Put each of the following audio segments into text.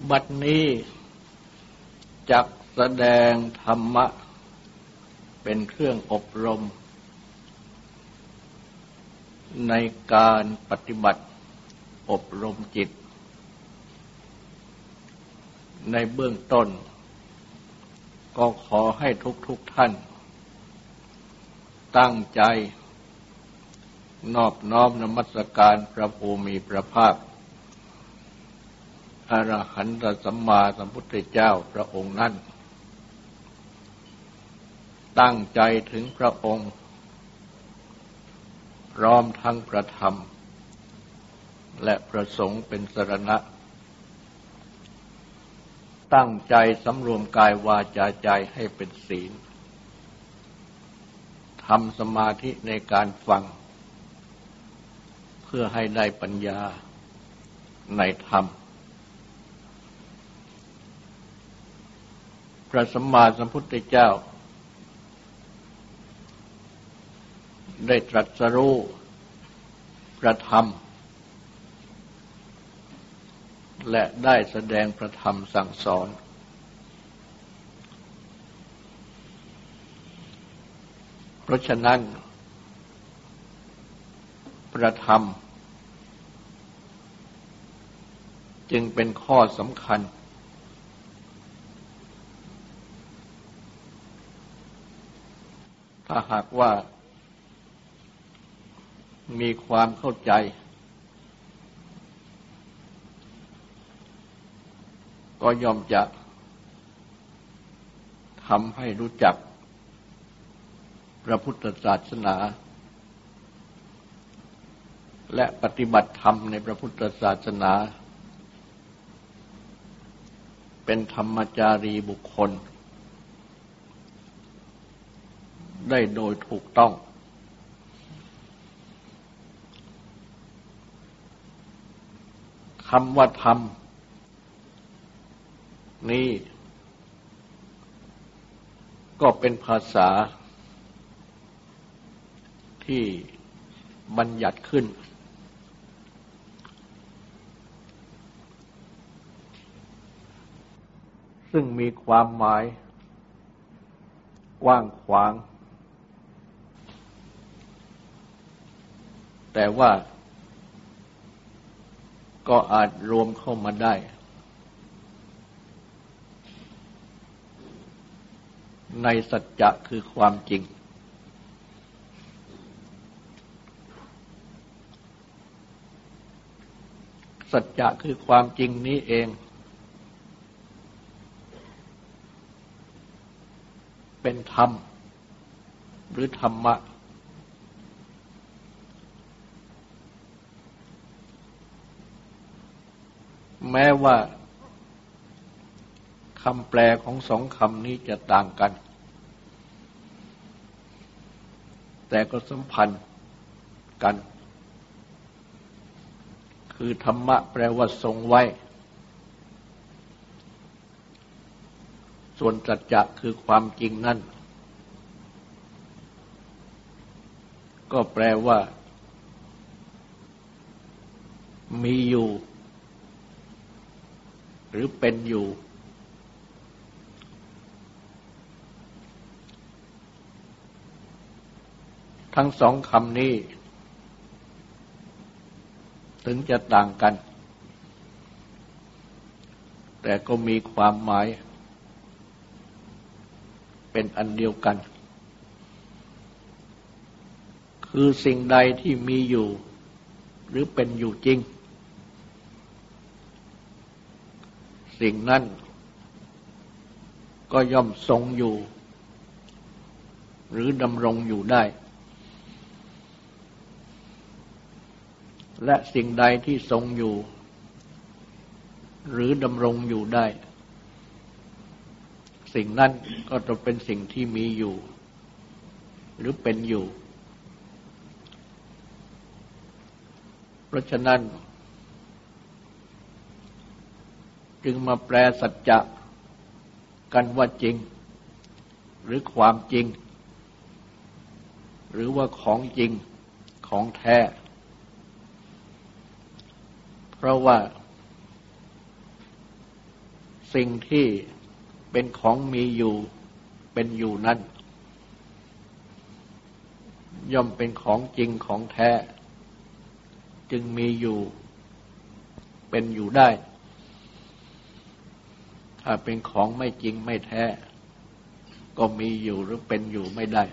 บัดนี้จักแสดงธรรมะเป็นเครื่องอบรมในการปฏิบัติอบรมจิตในเบื้องต้นก็ขอให้ทุกท่านตั้งใจนอบน้อมนมัสการพระภูมิพระภาคอรหันตสัมมาสัมพุทธเจ้าพระองค์นั้นตั้งใจถึงพระองค์พร้อมทั้งพระธรรมและพระสงฆ์เป็นสรณะตั้งใจสำรวมกายวาจาใจให้เป็นศีลทำสมาธิในการฟังเพื่อให้ได้ปัญญาในธรรมพระสัมมาสัมพุทธเจ้าได้ตรัสรู้พระธรรมและได้แสดงพระธรรมสั่งสอนเพราะฉะนั้นพระธรรมจึงเป็นข้อสำคัญถ้าหากว่ามีความเข้าใจก็ย่อมจะทำให้รู้จักพระพุทธศาสนาและปฏิบัติธรรมในพระพุทธศาสนาเป็นธรรมจารีบุคคลได้โดยถูกต้องคำว่าธรรมนี้ก็เป็นภาษาที่บัญญัติขึ้นซึ่งมีความหมายกว้างขวางแต่ว่าก็อาจรวมเข้ามาได้ในสัจจะคือความจริงสัจจะคือความจริงนี้เองเป็นธรรมหรือธรรมะแม้ว่าคำแปลของสองคำนี้จะต่างกันแต่ก็สัมพันธ์กันคือธรรมะแปลว่าทรงไว้ส่วนสัจจะคือความจริงนั่นก็แปลว่ามีอยู่หรือเป็นอยู่ทั้งสองคำนี้ถึงจะต่างกันแต่ก็มีความหมายเป็นอันเดียวกันคือสิ่งใดที่มีอยู่หรือเป็นอยู่จริงสิ่งนั้นก็ย่อมทรงอยู่หรือดำรงอยู่ได้และสิ่งใดที่ทรงอยู่หรือดำรงอยู่ได้สิ่งนั้นก็จะเป็นสิ่งที่มีอยู่หรือเป็นอยู่เพราะฉะนั้นจึงมาแปลสัจจะกันว่าจริงหรือความจริงหรือว่าของจริงของแท้เพราะว่าสิ่งที่เป็นของมีอยู่เป็นอยู่นั้นย่อมเป็นของจริงของแท้จึงมีอยู่เป็นอยู่ได้ถ้าเป็นของไม่จริงไม่แท้ก็มีอยู่หรือเป็นอยู่ไม่ได้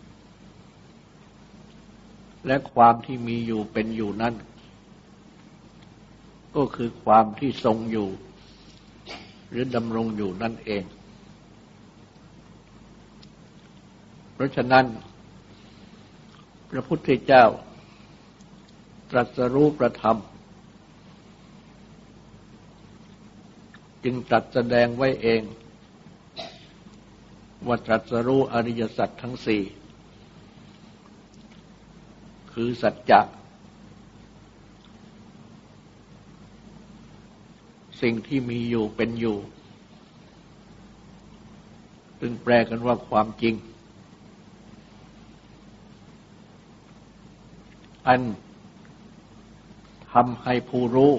และความที่มีอยู่เป็นอยู่นั้นก็คือความที่ทรงอยู่หรือดำรงอยู่นั่นเองเพราะฉะนั้นพระพุทธเจ้าตรัสรู้ประธรรมจึงตรัสแสดงไว้เองว่าตรัสรู้อริยสัจทั้งสี่คือสัจจะสิ่งที่มีอยู่เป็นอยู่ซึ่งแปลกันว่าความจริงอันทำให้ผู้รู้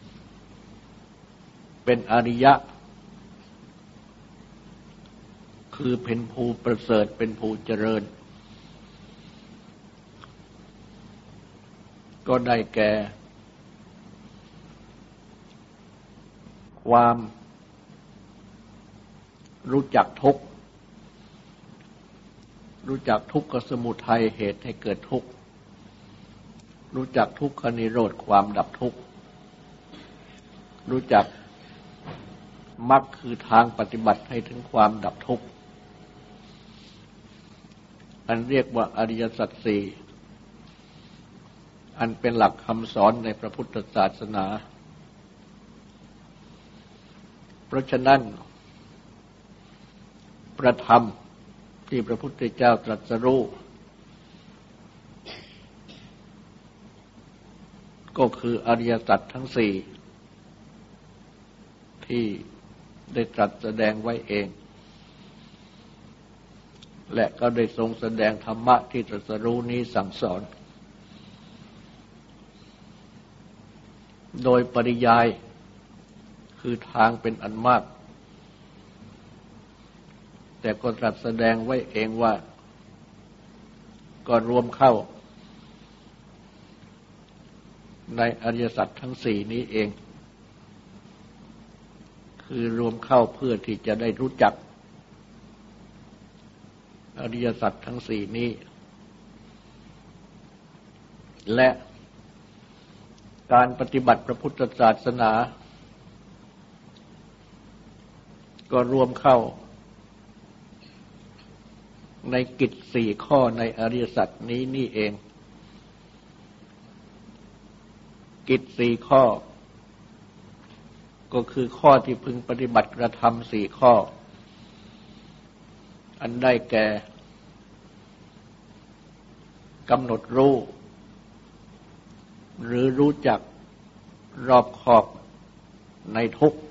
เป็นอริยะคือเป็นผู้ประเสริฐเป็นผู้เจริญก็ได้แก่ความรู้จักทุกข์รู้จักทุกขสมุทัยเหตุให้เกิดทุกข์รู้จักทุกขนิโรธความดับทุกข์รู้จักมรรคคือทางปฏิบัติให้ถึงความดับทุกข์อันเรียกว่าอริยสัจสี่อันเป็นหลักคำสอนในพระพุทธศาสนาเพราะฉะนั้นประธรรมที่พระพุทธเจ้าตรัสรู้ก็คืออริยสัจทั้งสี่ที่ได้ตรัสแสดงไว้เองและก็ได้ทรงแสดงธรรมะที่ตรัสรู้นี้สั่งสอนโดยปริยายคือทางเป็นอันมากแต่ก็ตรัสแสดงไว้เองว่าก็รวมเข้าในอริยสัจทั้งสี่นี้เองคือรวมเข้าเพื่อที่จะได้รู้จักอริยสัจทั้งสี่นี้และการปฏิบัติพระพุทธศาสนาก็รวมเข้าในกิจสี่ข้อในอริยสัจนี้นี่เองกิจสี่ข้อก็คือข้อที่พึงปฏิบัติกระทำสี่ข้ออันได้แก่กำหนดรู้หรือรู้จักรอบขอบในทุกข์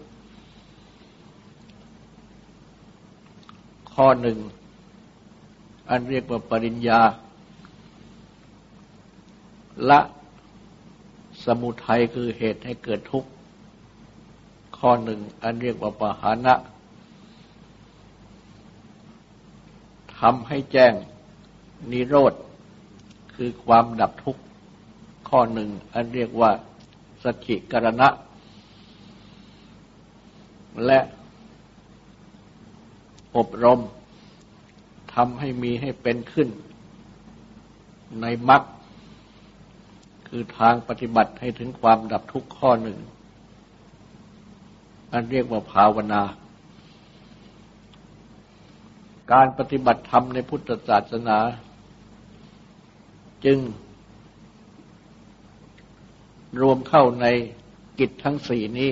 ข้อหนึ่งอันเรียกว่าปริญญาละสมุทัยคือเหตุให้เกิดทุกข์ข้อหนึ่งอันเรียกว่าปหานะทำให้แจ้งนิโรธคือความดับทุกข์ข้อหนึ่งอันเรียกว่าสัจฉิกรณะและอบรมทำให้มีให้เป็นขึ้นในมรรคคือทางปฏิบัติให้ถึงความดับทุกข์ข้อหนึ่งอันเรียกว่าภาวนาการปฏิบัติธรรมในพุทธศาสนาจึงรวมเข้าในกิจทั้งสี่นี้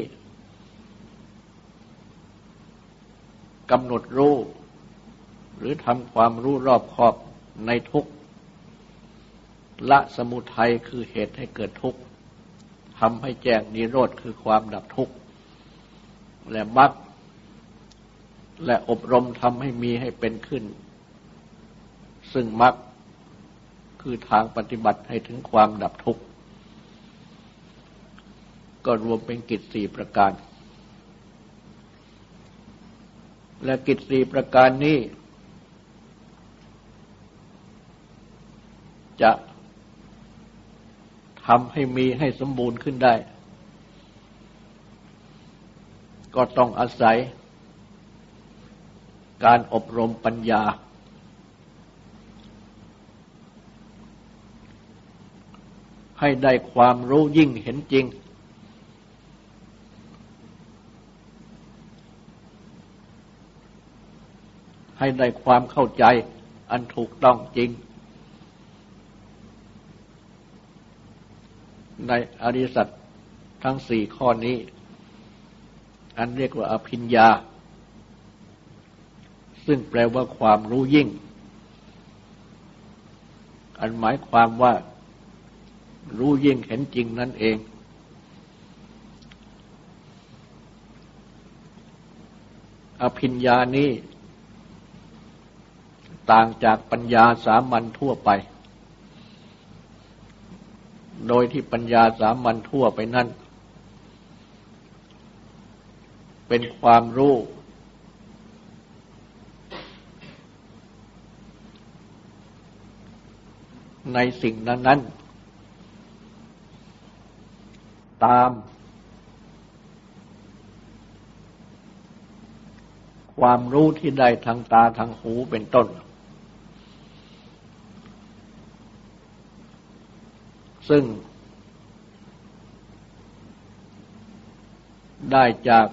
กำหนดรู้หรือทำความรู้รอบคอบในทุกข์ละสมุทัยคือเหตุให้เกิดทุกข์ทำให้แจ้งนิโรธคือความดับทุกข์และมรรคและอบรมทำให้มีให้เป็นขึ้นซึ่งมรรคคือทางปฏิบัติให้ถึงความดับทุกข์ก็รวมเป็นกิจสี่ประการและกิจ4ประการนี้จะทำให้มีให้สมบูรณ์ขึ้นได้ก็ต้องอาศัยการอบรมปัญญาให้ได้ความรู้ยิ่งเห็นจริงให้ได้ความเข้าใจอันถูกต้องจริงในอริยสัจทั้ง4ข้อนี้อันเรียกว่าอภิญญาซึ่งแปลว่าความรู้ยิ่งอันหมายความว่ารู้ยิ่งเห็นจริงนั่นเองอภิญญานี้ต่างจากปัญญาสามัญทั่วไปโดยที่ปัญญาสามัญทั่วไปนั้นเป็นความรู้ในสิ่งนั้นๆตามความรู้ที่ได้ทางตาทางหูเป็นต้นซึ่งได้จาก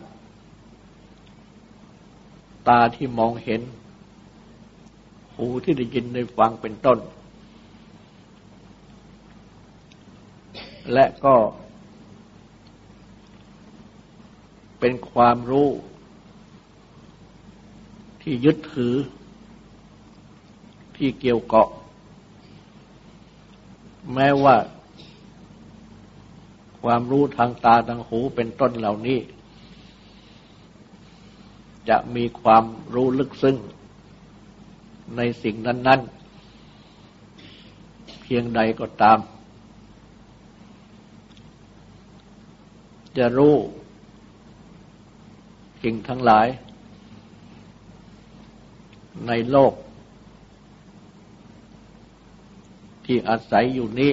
ตาที่มองเห็นหูที่ได้ยินได้ฟังเป็นต้นและก็เป็นความรู้ที่ยึดถือที่เกี่ยวเกาะแม้ว่าความรู้ทางตาทางหูเป็นต้นเหล่านี้จะมีความรู้ลึกซึ้งในสิ่งนั้นๆเพียงใดก็ตามจะรู้สิ่งทั้งหลายในโลกที่อาศัยอยู่นี้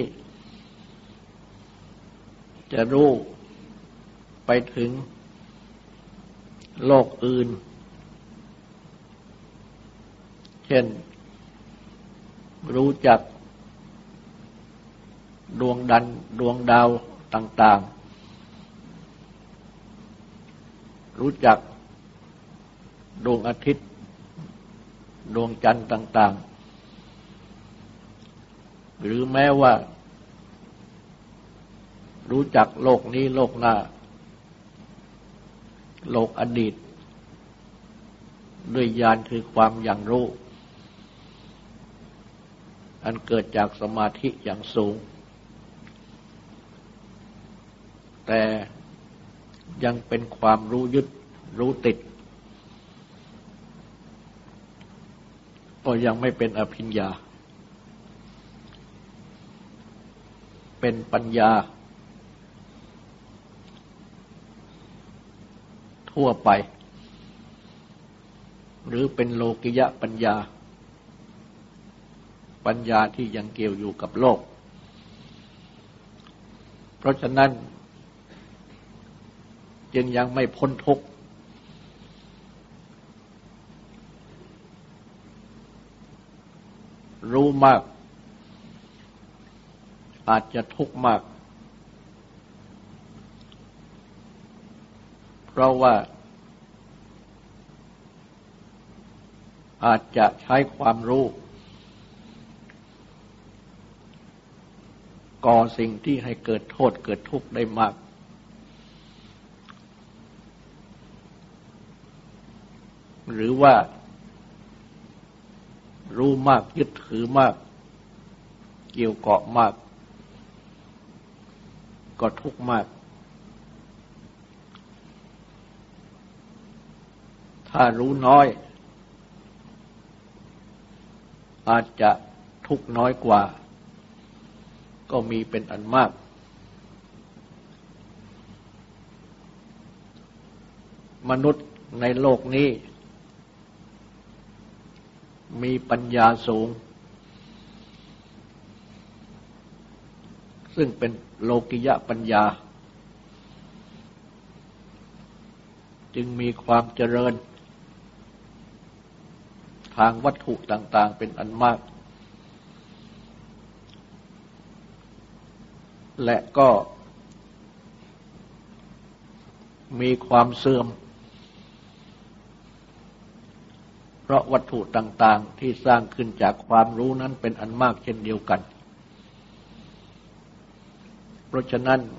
จะรู้ไปถึงโลกอื่นเช่นรู้จักดวงดาวต่างๆรู้จักดวงอาทิตย์ดวงจันทร์ต่างๆหรือแม้ว่ารู้จักโลกนี้โลกหน้าโลกอดีตด้วยญาณคือความอย่างรู้อันเกิดจากสมาธิอย่างสูงแต่ยังเป็นความรู้ยึดรู้ติดก็ยังไม่เป็นอภิญญาเป็นปัญญาทั่วไปหรือเป็นโลกิยะปัญญาปัญญาที่ยังเกี่ยวอยู่กับโลกเพราะฉะนั้นจึงยังไม่พ้นทุกข์รู้มากอาจจะทุกข์มากเพราะว่าอาจจะใช้ความรู้ก่อสิ่งที่ให้เกิดโทษเกิดทุกข์ได้มากหรือว่ารู้มากยึดถือมากเกี่ยวเกาะมากก็ทุกข์มากถ้ารู้น้อยอาจจะทุกข์น้อยกว่าก็มีเป็นอันมากมนุษย์ในโลกนี้มีปัญญาสูงซึ่งเป็นโลกิยะปัญญาจึงมีความเจริญทางวัตถุต่างๆเป็นอันมากและก็มีความเสื่อมเพราะวัตถุต่างๆที่สร้างขึ้นจากความรู้นั้นเป็นอันมากเช่นเดียวกันเพราะฉะนั้น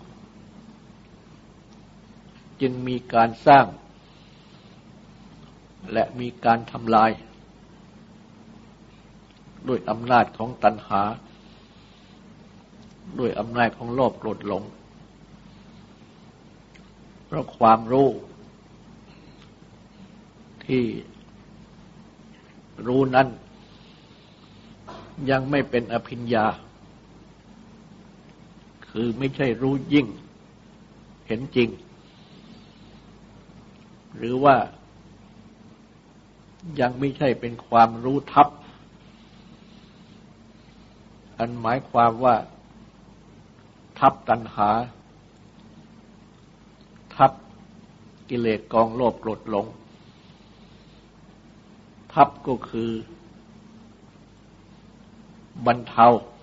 จึงมีการสร้างและมีการทำลายด้วยอำนาจของตัณหาด้วยอำนาจของโลภโกรธหลงเพราะความรู้ที่รู้นั้นยังไม่เป็นอภิญญาคือไม่ใช่รู้ยิ่งเห็นจริงหรือว่ายังไม่ใช่เป็นความรู้ทับอันหมายความว่าทับตัณหาทับกิเลสกองโลภโกรธหลงทับก็คือบรรเทา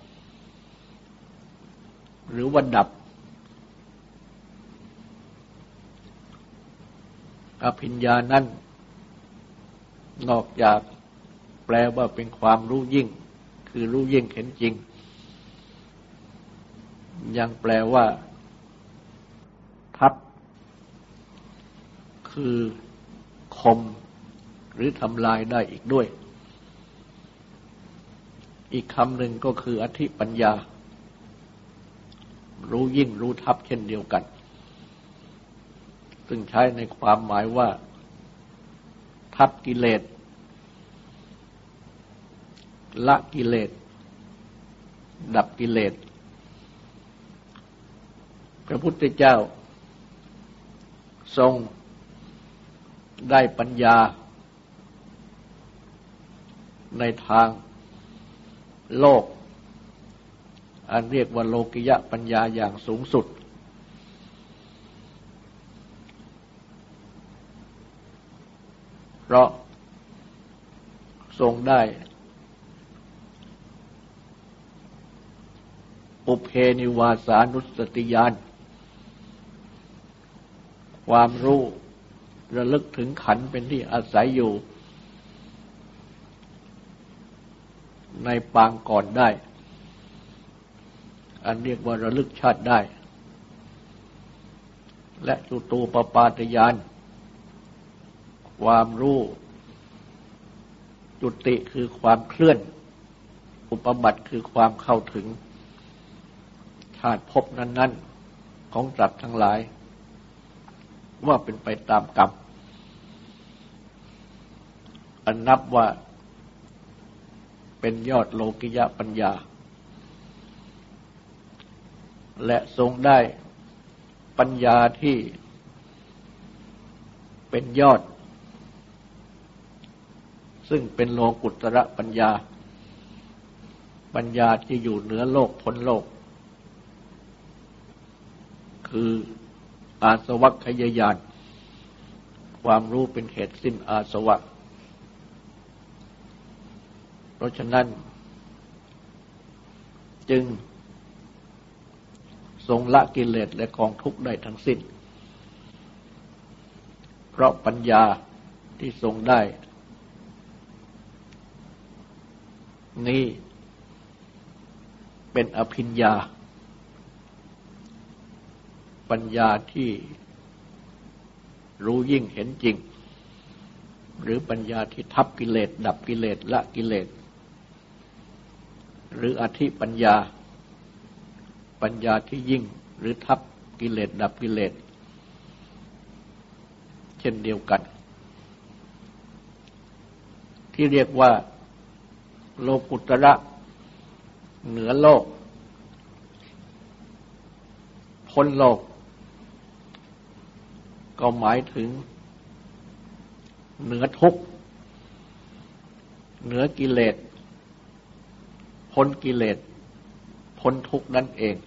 หรือว่าดับอภิญญานั้นนอกจากแปลว่าเป็นความรู้ยิ่งคือรู้ยิ่งเห็นจริงยังแปลว่าทับคือคมหรือทำลายได้อีกด้วยอีกคำหนึ่งก็คืออธิปัญญารู้ยิ่งรู้ทับเช่นเดียวกันซึ่งใช้ในความหมายว่าทับกิเลสละกิเลสดับกิเลสพระพุทธเจ้าทรงได้ปัญญาในทางโลกอันเรียกว่าโลกิยะปัญญาอย่างสูงสุดเพราะทรงได้ปุเพนิวาสานุสติญาณความรู้ระลึกถึงขันธ์เป็นที่อาศัยอยู่ในปางก่อนได้อันเรียกว่าระลึกชาติได้และจุตูปปาตญาณความรู้จุติคือความเคลื่อนอุปบัติคือความเข้าถึงชาติภพนั้นๆของสัตว์ทั้งหลายว่าเป็นไปตามกรรมอันนับว่าเป็นยอดโลกิยะปัญญาและทรงได้ปัญญาที่เป็นยอดซึ่งเป็นโลกุตระปัญญาปัญญาที่อยู่เหนือโลกพ้นโลกคืออาสวัคยญาณความรู้เป็นเหตุสิ้นอาสวะเพราะฉะนั้นจึงทรงละกิเลสและกองทุกข์ได้ทั้งสิ้นเพราะปัญญาที่ทรงได้นี้เป็นอภิญญาปัญญาที่รู้ยิ่งเห็นจริงหรือปัญญาที่ทับกิเลสดับกิเลสละกิเลสหรืออธิปัญญาปัญญาที่ยิ่งหรือทับกิเลสดับกิเลสเช่นเดียวกันที่เรียกว่าโลกุตระเหนือโลกพ้นโลกก็หมายถึงเหนือทุกข์เหนือกิเลสพ้นกิเลสพ้นทุกข์นั่นเอง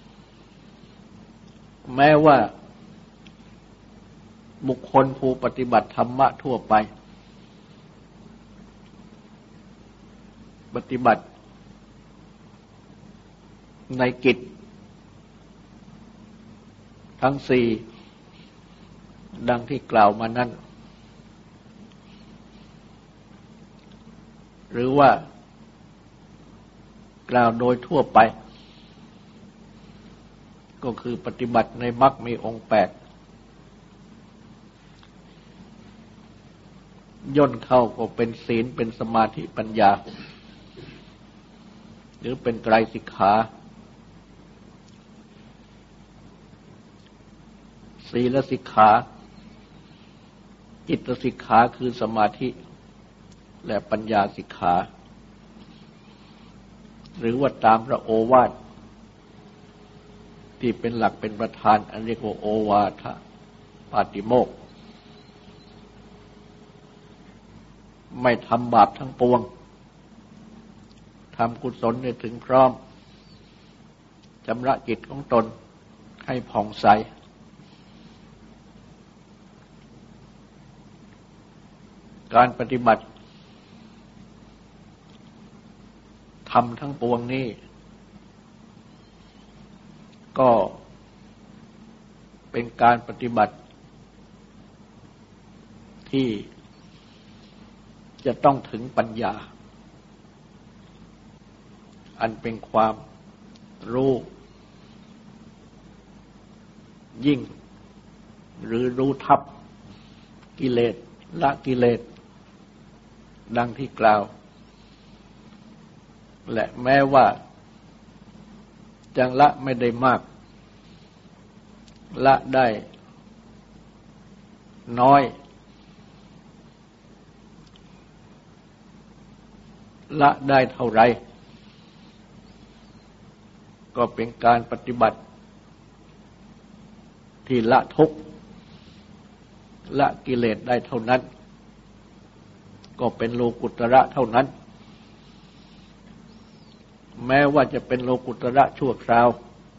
แม้ว่าบุคคลผู้ปฏิบัติธรรมะทั่วไปปฏิบัติในกิจทั้งสี่ดังที่กล่าวมานั้นหรือว่ากล่าวโดยทั่วไปก็คือปฏิบัติในมรรคมีองค์8ย่นเข้าก็เป็นศีลเป็นสมาธิปัญญาหรือเป็นไตรสิกขาศีลสิกขาจิตสิกขาคือสมาธิและปัญญาสิกขาหรือว่าตามพระโอวาทที่เป็นหลักเป็นประธานอันเรียกว่าโอวาทปาติโมกข์ไม่ทำบาปทั้งปวงทำกุศลให้ถึงพร้อมชำระจิตของตนให้ผ่องใสการปฏิบัติธรรมทั้งปวงนี้ก็เป็นการปฏิบัติที่จะต้องถึงปัญญาอันเป็นความรู้ยิ่งหรือรู้ทับกิเลสละกิเลสดังที่กล่าวและแม้ว่าจังละไม่ได้มากละได้น้อยละได้เท่าไรก็เป็นการปฏิบัติที่ละทุกข์ละกิเลสได้เท่านั้นก็เป็นโลกุตระเท่านั้นแม้ว่าจะเป็นโลกุตระชั่วคราว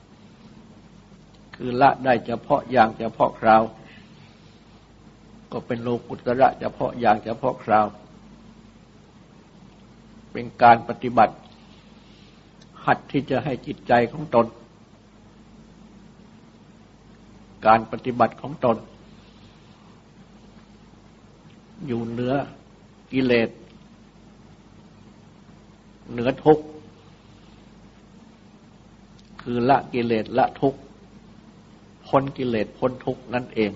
คือละได้เฉพาะอย่างเฉพาะคราวก็เป็นโลกุตระเฉพาะอย่างเฉพาะคราวเป็นการปฏิบัติหัดที่จะให้จิตใจของตนการปฏิบัติของตนอยู่เหนือกิเลสเหนือทุกข์คือละกิเลสละทุกข์พ้นกิเลสพ้นทุกข์นั่นเอง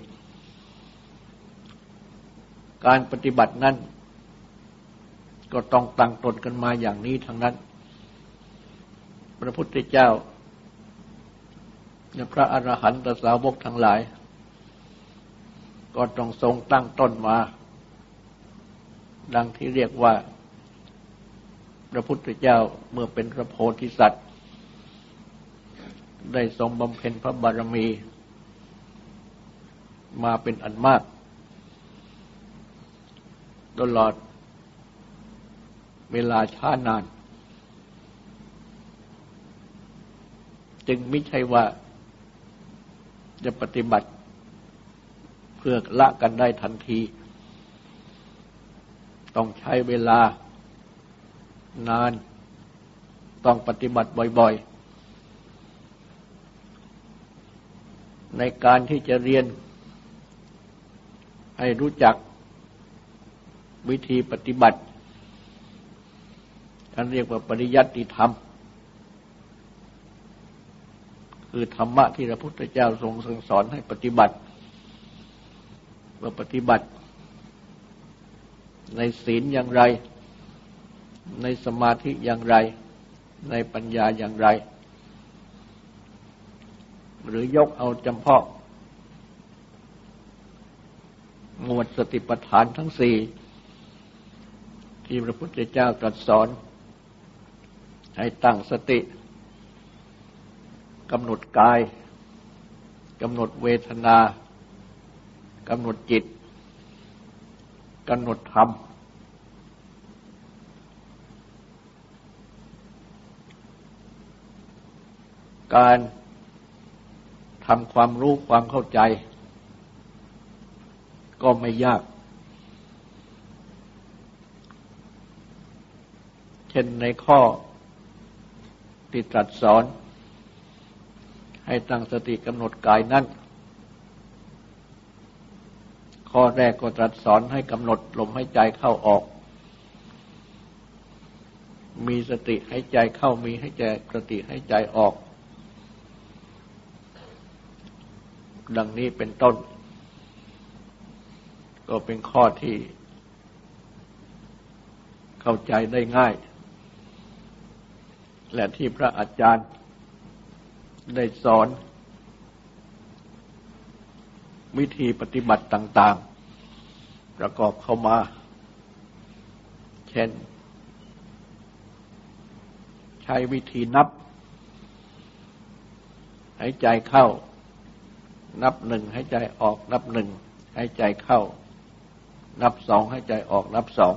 การปฏิบัตินั้นก็ต้องตั้งตนกันมาอย่างนี้ทั้งนั้นพระพุทธเจ้าและพระอรหันตสาวกทั้งหลายก็ต้องทรงตั้งต้นมาดังที่เรียกว่าพระพุทธเจ้าเมื่อเป็นพระโพธิสัตว์ได้ทรงบำเพ็ญพระบารมีมาเป็นอันมากตลอดเวลาช้านานจึงไม่ใช่ว่าจะปฏิบัติเพื่อละกันได้ทันทีต้องใช้เวลานานต้องปฏิบัติบ่อยๆในการที่จะเรียนให้รู้จักวิธีปฏิบัติท่านเรียกว่าปริยัติธรรมคือธรรมะที่พระพุทธเจ้าทรงสั่งสอนให้ปฏิบัติว่าปฏิบัติในศีลอย่างไรในสมาธิอย่างไรในปัญญาอย่างไรหรือยกเอาจำเพาะหมวดสติปัฏฐานทั้งสี่ที่พระพุทธเจ้าตรัสสอนให้ตั้งสติกำหนดกายกำหนดเวทนากำหนดจิตกำหนดธรรมการทำความรู้ความเข้าใจก็ไม่ยากเช่นในข้อที่ตรัสสอนให้ตั้งสติกำหนดกายนั้นข้อแรกก็ตรัสสอนให้กำหนดลมหายใจเข้าออกมีสติหายใจเข้ามีให้ใจสติหายใจออกดังนี้เป็นต้นก็เป็นข้อที่เข้าใจได้ง่ายและที่พระอาจารย์ได้สอนวิธีปฏิบัติต่างๆประกอบเข้ามาเช่นใช้วิธีนับหายใจเข้านับหนึ่งหายใจออกนับหนึ่งหายใจเข้านับสองหายใจออกนับสอง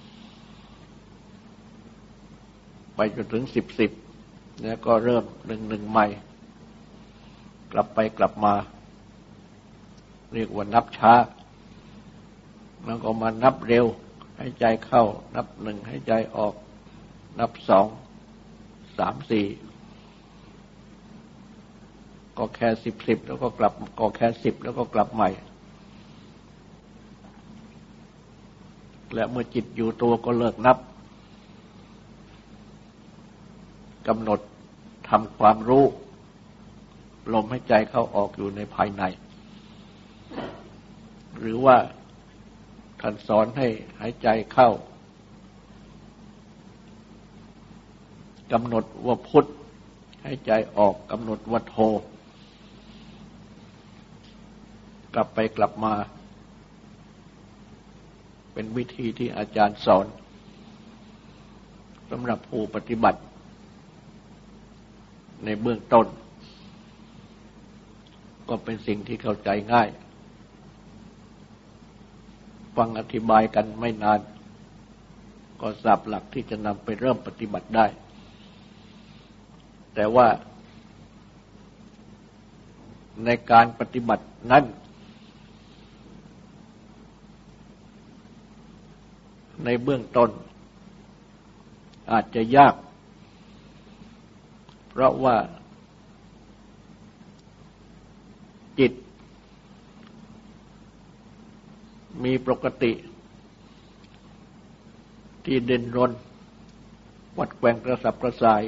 ไปจนถึงสิบแล้วก็เริ่มหนึ่งใหม่กลับไปกลับมาเรียกว่านับช้าแล้วก็มานับเร็วหายใจเข้านับหนึ่งหายใจออกนับสองสามสี่ก็แค่สิบแล้วก็กลับก็แค่10แล้วก็กลับใหม่และเมื่อจิตอยู่ตัวก็เลิกนับกำหนดทำความรู้ลมหายใจเข้าออกอยู่ในภายในหรือว่าท่านสอนให้หายใจเข้ากำหนดว่าพุทธหายใจออกกำหนดว่าโทกลับไปกลับมาเป็นวิธีที่อาจารย์สอนสำหรับผู้ปฏิบัติในเบื้องต้นก็เป็นสิ่งที่เข้าใจง่ายฟังอธิบายกันไม่นานก็ทราบหลักที่จะนำไปเริ่มปฏิบัติได้แต่ว่าในการปฏิบัตินั้นในเบื้องต้นอาจจะยากเพราะว่าจิตมีปกติที่เด่นรนวัดแกว่งกระสับกระส่าย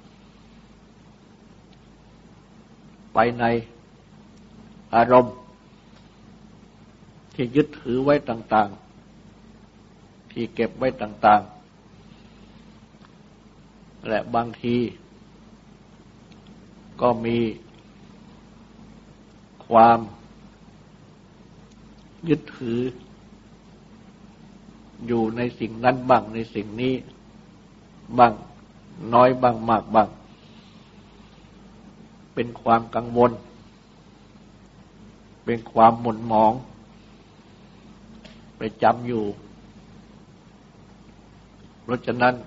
ไปในอารมณ์ที่ยึดถือไว้ต่างๆที่เก็บไว้ต่างๆและบางทีก็มีความยึดถืออยู่ในสิ่งนั้นบ้างในสิ่งนี้บ้างน้อยบ้างมากบ้างเป็นความกังวลเป็นความหม่นหมองไปจำอยู่เพราะฉะนั้น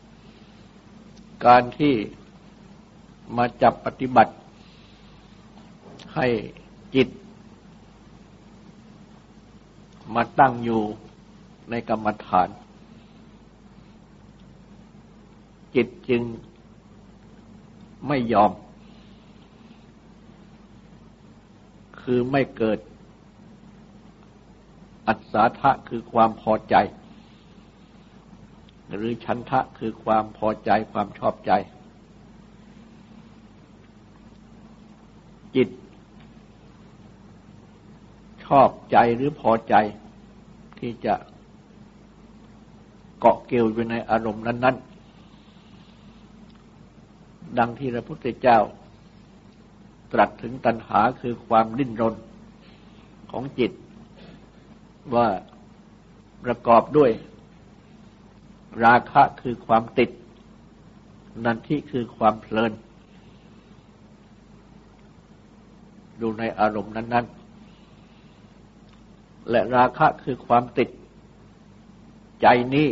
การที่มาจับปฏิบัติให้จิตมาตั้งอยู่ในกรรมฐานจิตจึงไม่ยอมคือไม่เกิดอัศสาทะคือความพอใจหรือฉันทะคือความพอใจความชอบใจจิตชอบใจหรือพอใจที่จะเกาะเกี่ยวอยู่ในอารมณ์นั้นๆดังที่พระพุทธเจ้าตรัสถึงตัณหาคือความดิ้นรนของจิตว่าประกอบด้วยราคะคือความติดนันทิคือความเพลินดูในอารมณ์นั้นๆและราคะคือความติดใจนี้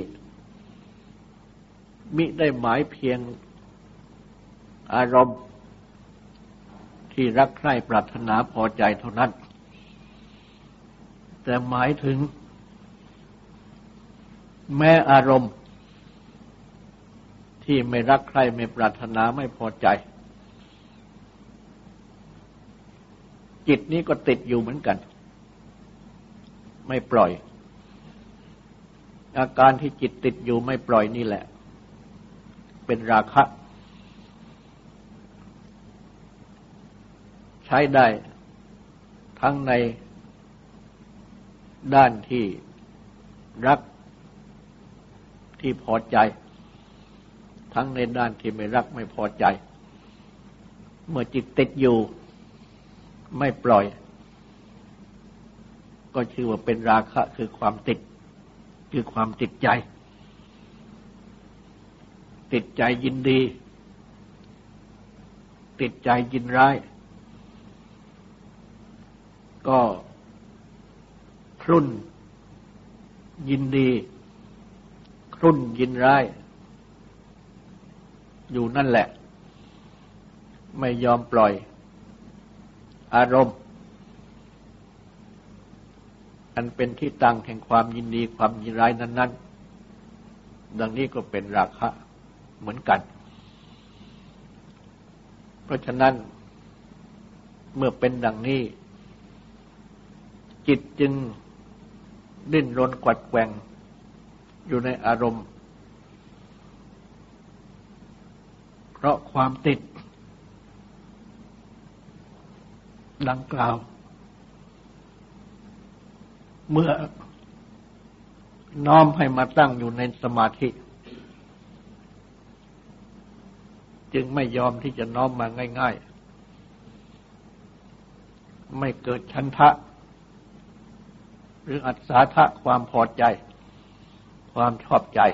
มิได้หมายเพียงอารมณ์ที่รักใคร่ปรารถนาพอใจเท่านั้นแต่หมายถึงแม้อารมณ์ที่ไม่รักใคร่ไม่ปรารถนาไม่พอใจจิตนี้ก็ติดอยู่เหมือนกันไม่ปล่อยอาการที่จิตติดอยู่ไม่ปล่อยนี่แหละเป็นราคะใช้ได้ทั้งในด้านที่รักที่พอใจทั้งในด้านที่ไม่รักไม่พอใจเมื่อจิตติดอยู่ไม่ปล่อยก็ชื่อว่าเป็นราคะคือความติดคือความติดใจติดใจยินดีติดใจยินร้ายก็ครุ่นยินดีครุ่นยินร้ายอยู่นั่นแหละไม่ยอมปล่อยอารมณ์อันเป็นที่ตั้งแห่งความยินดีความยินร้ายนั้นๆดังนี้ก็เป็นราคะเหมือนกันเพราะฉะนั้นเมื่อเป็นดังนี้จิตจึงดิ้นรนกวัดแกว่งอยู่ในอารมณ์เพราะความติดดังกล่าวเมื่อน้อมให้มาตั้งอยู่ในสมาธิจึงไม่ยอมที่จะน้อมมาง่ายๆไม่เกิดฉันทะหรืออัศสาทะความพอใจความชอบใจ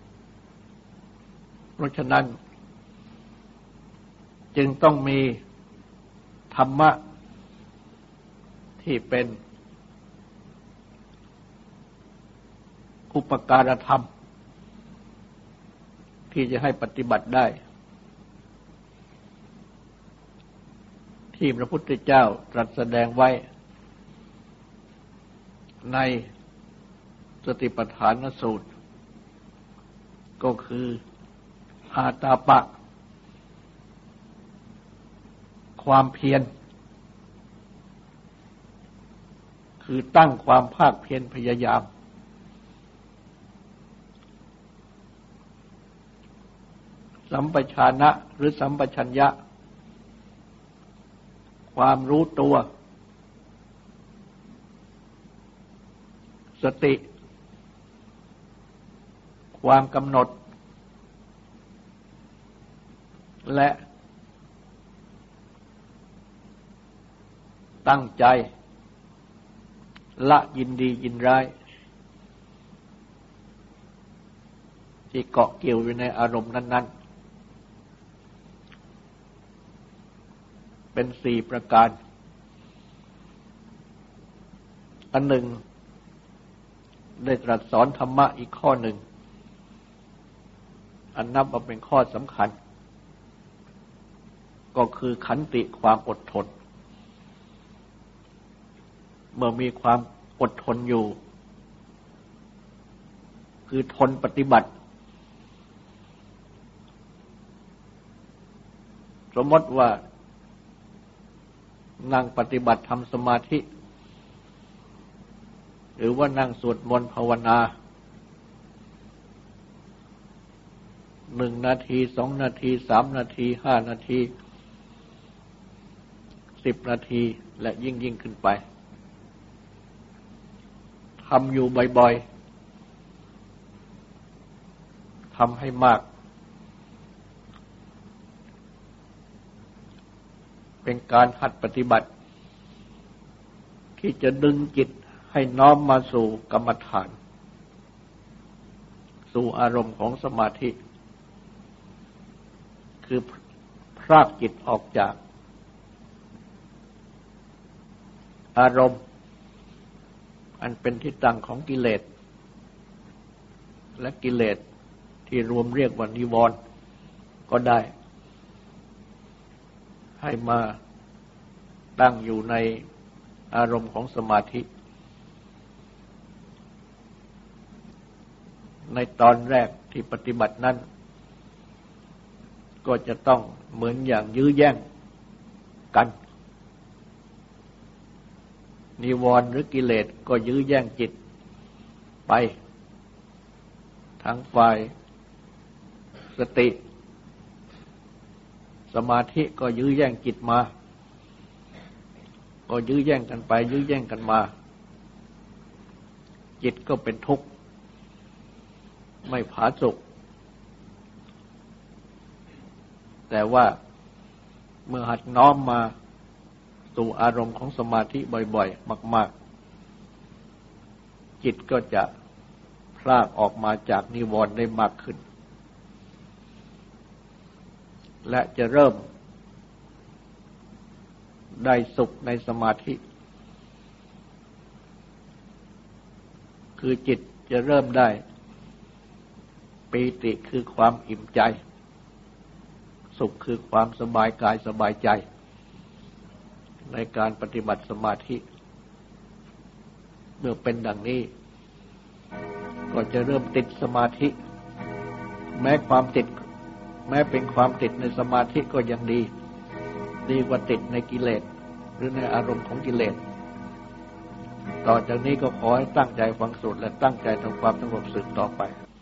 เพราะฉะนั้นจึงต้องมีธรรมะที่เป็นอุปการธรรมที่จะให้ปฏิบัติได้ที่พระพุทธเจ้าตรัสแสดงไว้ในสติปัฏฐานสูตรก็คืออาตาปะความเพียรคือตั้งความภาคเพียรพยายามสัมปชานะหรือสัมปชัญญะความรู้ตัวสติความกำหนดและตั้งใจละยินดียินร้ายที่เกาะเกี่ยวอยู่ในอารมณ์นั้นๆเป็น4ประการอันหนึ่งได้ตรัสสอนธรรมะอีกข้อหนึ่งอันนับว่าเป็นข้อสำคัญก็คือขันติความอดทนเมื่อมีความอดทนอยู่คือทนปฏิบัติสมมติว่านั่งปฏิบัติทำสมาธิหรือว่านั่งสวดมนต์ภาวนา1 นาที2 นาที3 นาที5 นาที10 นาทีและยิ่งขึ้นไปทำอยู่บ่อยๆทำให้มากเป็นการหัดปฏิบัติที่จะดึงจิตให้น้อมมาสู่กรรมฐานสู่อารมณ์ของสมาธิคือพรากจิตออกจากอารมณ์อันเป็นที่ตั้งของกิเลสและกิเลสที่รวมเรียกว่านิวรณ์ก็ได้ให้มาตั้งอยู่ในอารมณ์ของสมาธิในตอนแรกที่ปฏิบัตินั้นก็จะต้องเหมือนอย่างยื้อแย่งกันนิวรณ์หรือกิเลสก็ยื้อแย่งจิตไปทั้งฝ่ายสติสมาธิก็ยื้อแย่งจิตมาก็ยื้อแย่งกันไปยื้อแย่งกันมาจิตก็เป็นทุกข์ไม่ผาสุกแต่ว่าเมื่อหัดน้อมมาสู่อารมณ์ของสมาธิบ่อยๆมากๆจิตก็จะพลากออกมาจากนิวรณ์ได้มากขึ้นและจะเริ่มได้สุขในสมาธิคือจิตจะเริ่มได้ปีติคือความอิ่มใจสุขคือความสบายกายสบายใจในการปฏิบัติสมาธิเมื่อเป็นดังนี้ก็จะเริ่มติดสมาธิแม้เป็นความติดในสมาธิก็ยังดีกว่าติดในกิเลสหรือในอารมณ์ของกิเลสต่อจากนี้ก็ขอให้ตั้งใจฟังสูตรและตั้งใจทำความสงบสืบต่อไป